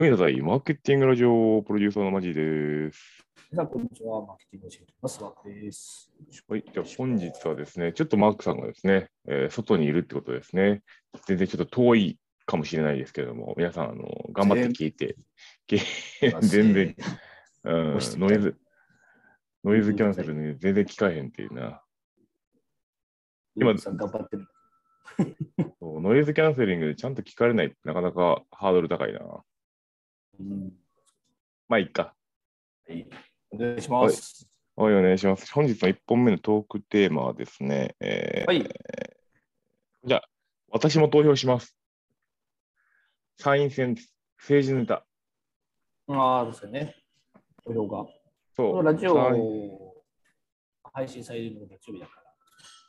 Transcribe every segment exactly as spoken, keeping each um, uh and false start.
ふみなさい、マーケティングラジオプロデューサーのマジです。 皆さん、こんにちは。マーケティングを教えています。ワークです。 はい、じゃあ本日はですね、ちょっとマークさんがですね、えー外にいるってことですね。全然ちょっと遠いかもしれないですけれども、皆さん、あの、頑張って全聞いて、けま全然、 せん。 う押してん、ノイズ、 みたい。 ノイズキャンセルうるさい。 ね、全然聞かへんっていうな。今、 ウーさん頑張ってる。 そうノイズキャンセリングでちゃんと聞かれないってなかなかハードル高いな。 うん。 まあ、いいか。 はい。お願いしまはい、 す。 はい、お願いします。本日のいっぽんめのトークテーマはですね、えはい。 ー、じゃあ、私も投票します。参院選です。政治ネタ。 ああ、ですよね。投票が。このそラジう、参オ配信されるのが月曜日だから、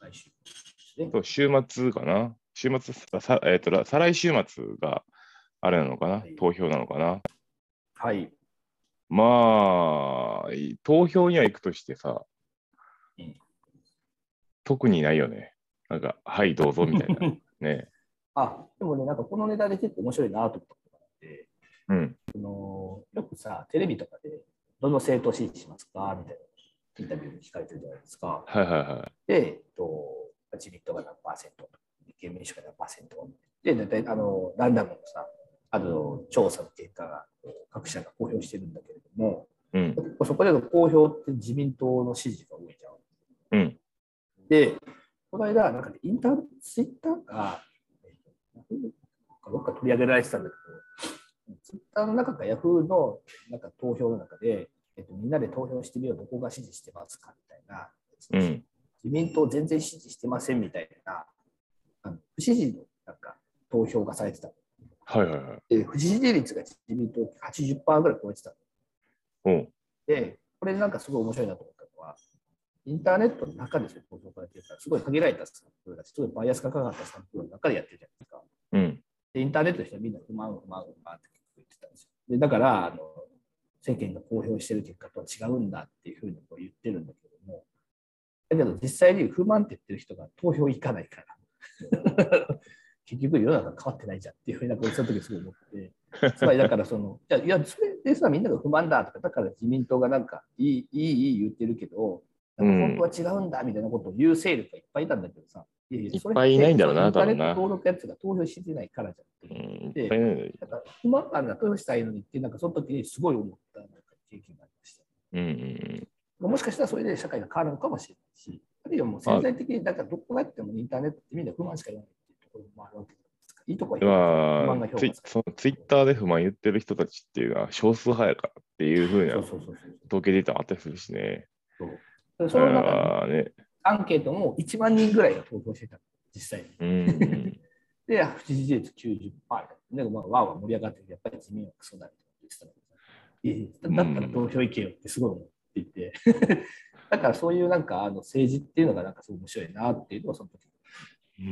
来週ですね。 そう週末かな。週末、さ、えっと、ら再来週末があれなのかな。 はい。 投票なのかな。 はい。 まあ、い投票には行くとしてさ、 うん、 特にないよね。なんか、はい、どうぞみたいな。ね。 あ、でもね、なんかこのネタで結構面白いなと思ったことがあって、 うん。 そのよくさ、テレビとかで、どの政党支持しますかみたいなインタビューに聞かれてるじゃないですか。 はいはいはい。 で、えっと、自民党が何パーセント、立憲民主が何パーセント。で、大体、あの、ランダムのさ、あの、調査の結果が各社が公表してるんだけれども、 うん。 結構そこでの公表って自民党の支持が多いじゃん。 うん。 で、この間、なんか、ね、インター、ツイッターか、どっか取り上げられてたんだけど、ツイッターの中かヤフーのなんか投票の中で、えっと、みんなで投票してみよう、どこが支持してますかみたいな、 うん。 自民党全然支持してませんみたいな、あの不支持のなんか投票がされてた。 はいはいはい。 で、不支持率が自民党はちじゅっパーセントぐらい超えてた。 うん。 で、これなんかすごい面白いなと思ったのは、インターネットの中で投票されてるから、すごい限られたサンプルだし、すごいバイアスがかかったサンプルの中でやってるじゃないですか。 うん。 で、インターネットの人はみんな不満、不満、不満って言ってたんですよ。で、だから、あの、世間が公表してる結果とは違うんだっていうふうに言ってるんだけども、だけど実際に不満って言ってる人が投票行かないから、結局世の中変わってないじゃんっていうふうになんかその時すごい思って、つまりだからその、いや、いやそれでさ、みんなが不満だとか、だから自民党がなんかいい、いい、いい言ってるけど、なんか本当は違うんだみたいなことを言う勢力がいっぱいいたんだけどさ、いやいや、 いっそれっぱいいないんだろうな、 てそのインターネット多分な。 登録やつが投票してないからじゃんってうん、いっ思って、 ぱいいないんだよ。 なんか不満あるな、投票したいのにって、なんかその時にすごい思ったなんか経験がありました。 うんうんもしかしたらそれで社会が変わるのかもしれないし、あるいはもう潜うん。 在的に、だからどこがやってもインターネットってみんな不満しか言わないっていうところもあるわけじゃないですか。いいとこは評価されて、不まあ、 満が評ツイ、 価される。 そのツイッターで不満言ってる人たちっていうのは少数派やからっていうふうなそうそうそうそう。 統計データもあったりするしね。 そうそのなんかああね。 アンケートもいちまん人ぐらいが投票してた、実際に。 うん。 で、不支持率きゅうじゅっパーセントで、まあ、わーわー盛り上がってやっぱり自民はクソだって言ってたので、 うだったら投ん。 票行けよってすごい思っていて、だからそういうなんかあの政治っていうのがなんかすごい面白いなっていうのをその時。 うん。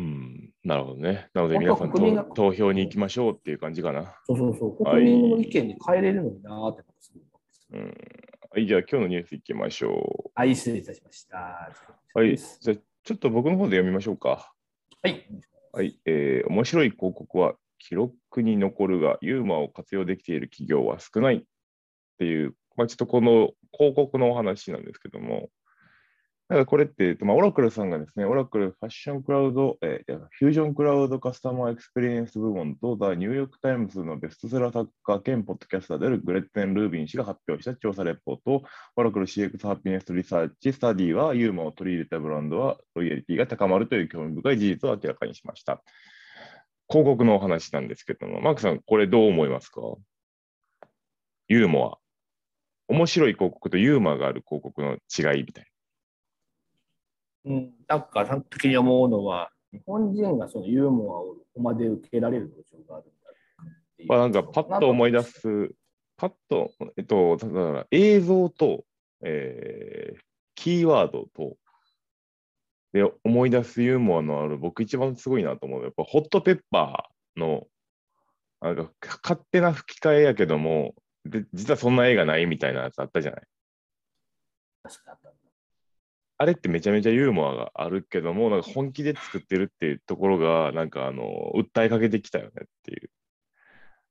なるほどね。なので本当皆さん投、 は国民が、 投票に行きましょうっていう感じかな。 そうそうそう、 は国民の意い。 見に変えれるのになーってすごい思って。 うん。はい、じゃあ今日のニュース行きましょはい、失礼いたしました。 う。はい。 です。 じゃあちょっと僕の方で読みましょうか。 はい。 はい。えー、面白い広告は記録に残るが、ユーモアを活用できている企業は少ないっていう、まあ、ちょっとこの広告のお話なんですけども、だからこれって、まあ、オラクルさんがですね、オラクルファッションクラウド、えーフュージョンクラウドカスタマーエクスペリエンス部門と、ザ・ニューヨーク・タイムズのベストセラー作家兼ポッドキャスターであるグレッテン・ルービン氏が発表した調査レポート、オラクル シーエックス ハピネスリサーチスタディは、ユーモアを取り入れたブランドは、ロイヤリティが高まるという興味深い事実を明らかにしました。広告のお話なんですけども、マークさん、これどう思いますか？ユーモア。面白い広告とユーモアがある広告の違いみたいうん、なんか、端的に思うのは、日本人がそのユーモアをここまで受けられる土壌があるんだっていな。まあ、 うなんかパッところかなと思い出と思いました。 す、パッと、えっと、だから映像と、えーキーワードと、で思い出すユーモアのある、僕一番すごいなと思うのは、やっぱホットペッパーの、なんか勝手な吹き替えやけども、で、実はそんな映画ないみたいなやつあったじゃない。 確かに。 あれってめちゃめちゃユーモアがあるけども、なんか本気で作ってるっていうところが、なんかあの、訴えかけてきたよねっていう。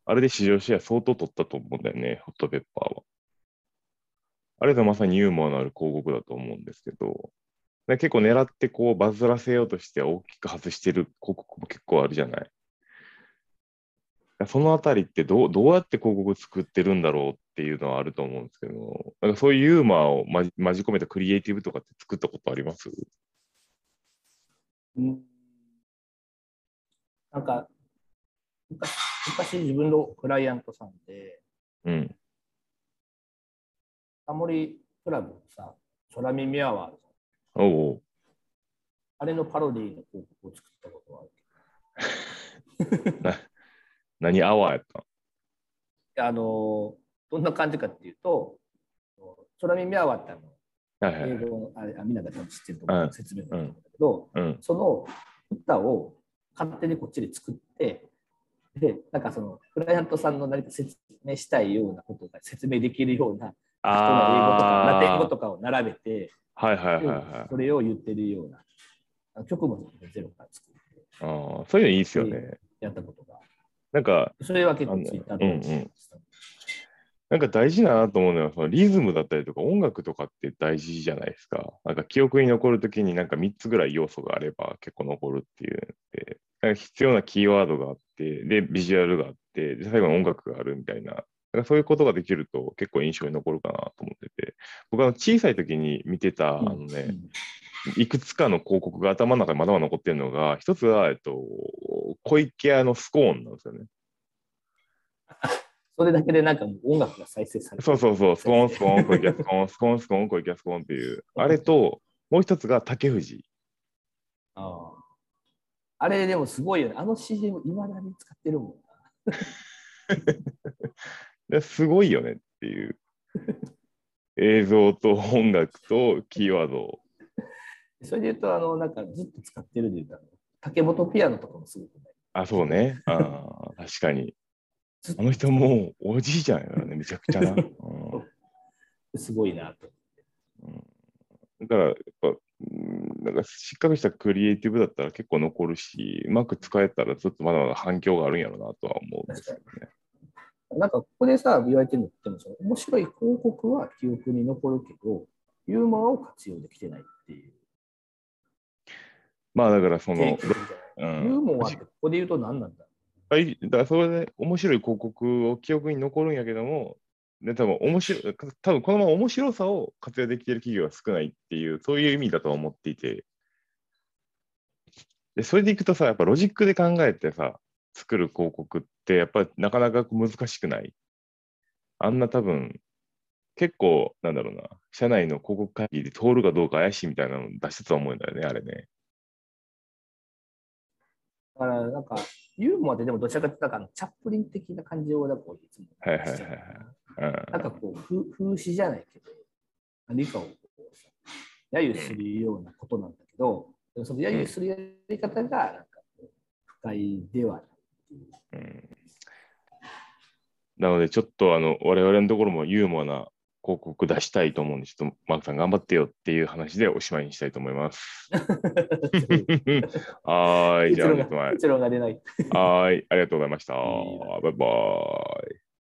あれで市場シェア相当取ったと思うんだよね、ホットペッパーは。あれがまさにユーモアのある広告だと思うんですけど、で結構狙ってこうバズらせようとして大きく外してる広告も結構あるじゃない。そのあたりってどう、どうやって広告作ってるんだろうっていうのはあると思うんですけど、なんかそういうユーモアをまじ、まじ込めたクリエイティブとかって作ったことあります？ うん、なんか昔、昔自分のクライアントさんで、 うん。 タモリクラブのさ、空耳アワード、 おうあれのパロディの広告を作ったことがある。 な、何アワーやったあの、どんな感じかっていうと、空耳アワーってあの、 はいはいはい。 英語の、あれ、みんなが多分知ってるとうん、 思う説明うん、 だと思うんだけど、 うん。 その歌を勝手にこっちで作って、で、なんかその、クライアントさんの何か説明したいようなことが説明できるような適当な英語とかラテン語あとかを並べて、 あ、はいはいはいで、 はい。 それを言ってるような、曲もゼロから作ああ、そういうのいいっすって、 よね。 やったことが。 なんか、 それは結あの、 構ツイッターうんうとかでん。なんか大事だなと思うのは、そのリズムだったりとか音楽とかって大事じゃないですか。なんか記憶に残るときになんかみっつぐらい要素があれば結構残るっていうので、なんか必要なキーワードがあって、で、ビジュアルがあって、で、最後に音楽があるみたいな、なんかそういうことができると結構印象に残るかなと思ってて、僕は小さい時に見てた、あうんのね、 うん、 いくつかの広告が頭の中にまだまだ残ってるのが、一つは、えっと、小池屋のスコーンなんですよね。 それだけでなんかもう音楽が再生されてるそうそうそう、スコーン、 先生。 スコーン、小池屋スコーン、スコーン、スコーン、小池屋スコーンっていう、あれと、もう一つが竹藤。 ああれでもすごいよね。あの シーエム いまだに使ってるもんですごいよねっていう。映像と音楽とキーワード。 な。それで言うと、あの、なんかずっと使ってるで言うと、竹本ピアノとかもすごくない。 あ、そうね。あー確かに。 ずっあの人と使ってる。 もうおじいちゃんやからね、めちゃくちゃな。うんすごいなと。 うん、だから、やっぱ、うんなんかしっかりしたクリエイティブだったら結構残るし、うまく使えたらちょっとまだまだ反響があるんやろうなとは思うんです確かけどね。 に。なんかここでさ、言われてるのってもその、面白い広告は記憶に残るけど、ユーモアを活用できてないっていう。 まあだからその、 提供じゃない。 うん、 ユーモアってここで言うと何なんだ。 はい、だからそれで面白い広告を記憶に残るんやけども、で、多分面白い、多分このまま面白さを活用できている企業が少ないっていう、そういう意味だと思っていて、で、それでいくとさ、やっぱロジックで考えてさ、作る広告ってやっぱりなかなか難しくない？あんな多分、結構、なんだろうな、社内の広告会議で通るかどうか怪しいみたいなの出したと思うんだよね、あれね。 だからなんか、ユーモアってでもどちらかというと、なんかチャップリン的な感じをなんかいつもはいはいはいしちゃうかはい。 な。なんかこう、風風刺じゃないけど、何かをこうさ揶揄するようなことなんだけど、でもその揶うん、 揄するやり方がなんかこう不快ではないっていう。 うん。なので、ちょっとあの、我々のところもユーモアな広告出したいと思うんで、ちょっとマークさん頑張ってよっていう話でおしまいにしたいと思います。はーい、じゃあ結論が本日は、 結論が出ない。 はーい、ありがとうございました。 いいわバイバーイ。